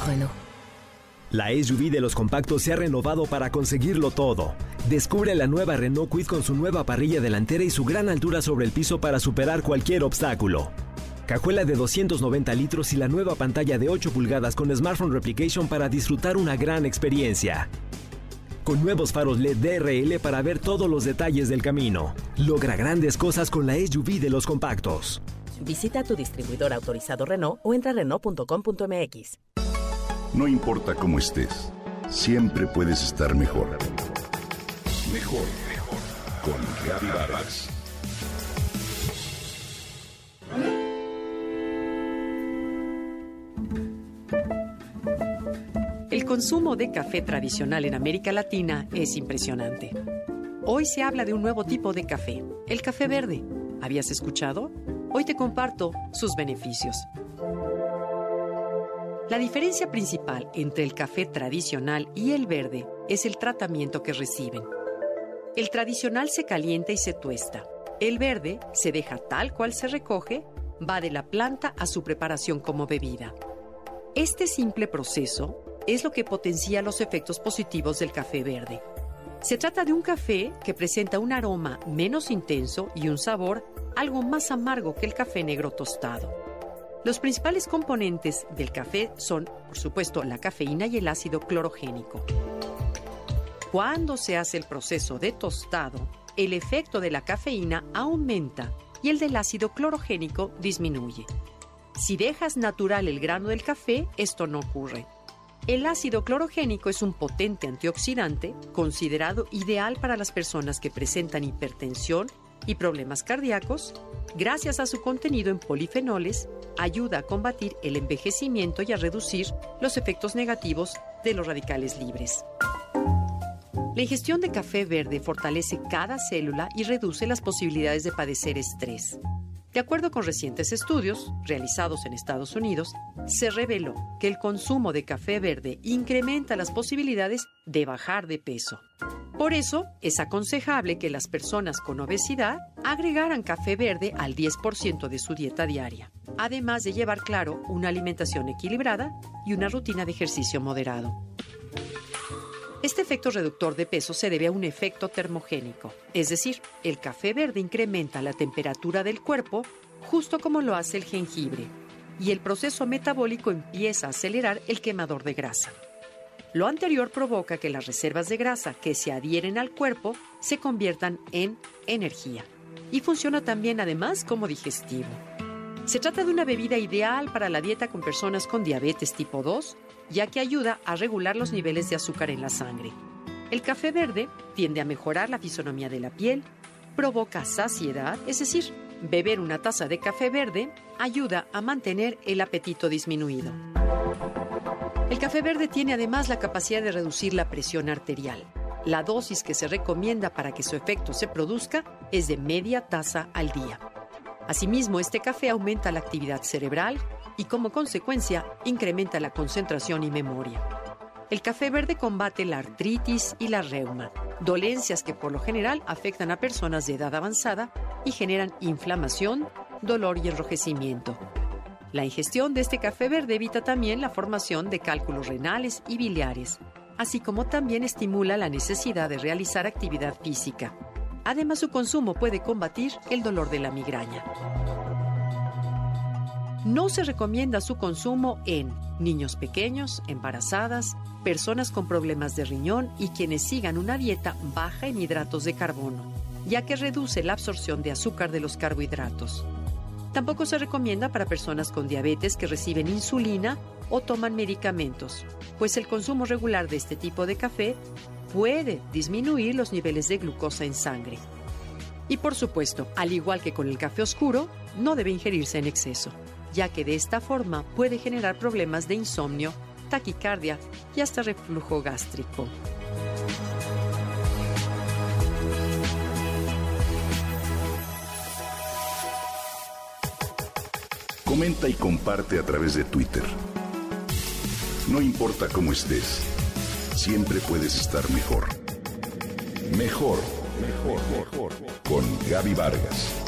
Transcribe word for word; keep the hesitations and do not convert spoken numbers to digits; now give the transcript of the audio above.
Renault. La S U V de los compactos se ha renovado para conseguirlo todo. Descubre la nueva Renault Kwid con su nueva parrilla delantera y su gran altura sobre el piso para superar cualquier obstáculo. Cajuela de doscientos noventa litros y la nueva pantalla de ocho pulgadas con Smartphone Replication para disfrutar una gran experiencia. Con nuevos faros L E D D R L para ver todos los detalles del camino. Logra grandes cosas con la S U V de los compactos. Visita tu distribuidor autorizado Renault o entra a Renault punto com punto m x. No importa cómo estés, siempre puedes estar mejor. Mejor, mejor. Con Gaby Vargas. El consumo de café tradicional en América Latina es impresionante. Hoy se habla de un nuevo tipo de café, el café verde. ¿Habías escuchado? Hoy te comparto sus beneficios. La diferencia principal entre el café tradicional y el verde es el tratamiento que reciben. El tradicional se calienta y se tuesta. El verde se deja tal cual se recoge, va de la planta a su preparación como bebida. Este simple proceso es lo que potencia los efectos positivos del café verde. Se trata de un café que presenta un aroma menos intenso y un sabor algo más amargo que el café negro tostado. Los principales componentes del café son, por supuesto, la cafeína y el ácido clorogénico. Cuando se hace el proceso de tostado, el efecto de la cafeína aumenta y el del ácido clorogénico disminuye. Si dejas natural el grano del café, esto no ocurre. El ácido clorogénico es un potente antioxidante considerado ideal para las personas que presentan hipertensión y problemas cardíacos. Gracias a su contenido en polifenoles, ayuda a combatir el envejecimiento y a reducir los efectos negativos de los radicales libres. La ingestión de café verde fortalece cada célula y reduce las posibilidades de padecer estrés. De acuerdo con recientes estudios realizados en Estados Unidos, se reveló que el consumo de café verde incrementa las posibilidades de bajar de peso. Por eso, es aconsejable que las personas con obesidad agregaran café verde al diez por ciento de su dieta diaria, además de llevar claro una alimentación equilibrada y una rutina de ejercicio moderado. Este efecto reductor de peso se debe a un efecto termogénico, es decir, el café verde incrementa la temperatura del cuerpo justo como lo hace el jengibre, y el proceso metabólico empieza a acelerar el quemador de grasa. Lo anterior provoca que las reservas de grasa que se adhieren al cuerpo se conviertan en energía, y funciona también además como digestivo. Se trata de una bebida ideal para la dieta con personas con diabetes tipo dos, ya que ayuda a regular los niveles de azúcar en la sangre. El café verde tiende a mejorar la fisonomía de la piel, provoca saciedad, es decir, beber una taza de café verde ayuda a mantener el apetito disminuido. El café verde tiene además la capacidad de reducir la presión arterial. La dosis que se recomienda para que su efecto se produzca es de media taza al día. Asimismo, este café aumenta la actividad cerebral y, como consecuencia, incrementa la concentración y memoria. El café verde combate la artritis y la reuma, dolencias que por lo general afectan a personas de edad avanzada y generan inflamación, dolor y enrojecimiento. La ingestión de este café verde evita también la formación de cálculos renales y biliares, así como también estimula la necesidad de realizar actividad física. Además, su consumo puede combatir el dolor de la migraña. No se recomienda su consumo en niños pequeños, embarazadas, personas con problemas de riñón y quienes sigan una dieta baja en hidratos de carbono, ya que reduce la absorción de azúcar de los carbohidratos. Tampoco se recomienda para personas con diabetes que reciben insulina o toman medicamentos, pues el consumo regular de este tipo de café puede disminuir los niveles de glucosa en sangre. Y por supuesto, al igual que con el café oscuro, no debe ingerirse en exceso, ya que de esta forma puede generar problemas de insomnio, taquicardia y hasta reflujo gástrico. Comenta y comparte a través de Twitter. No importa cómo estés, siempre puedes estar mejor. Mejor, mejor, mejor. Con Gaby Vargas.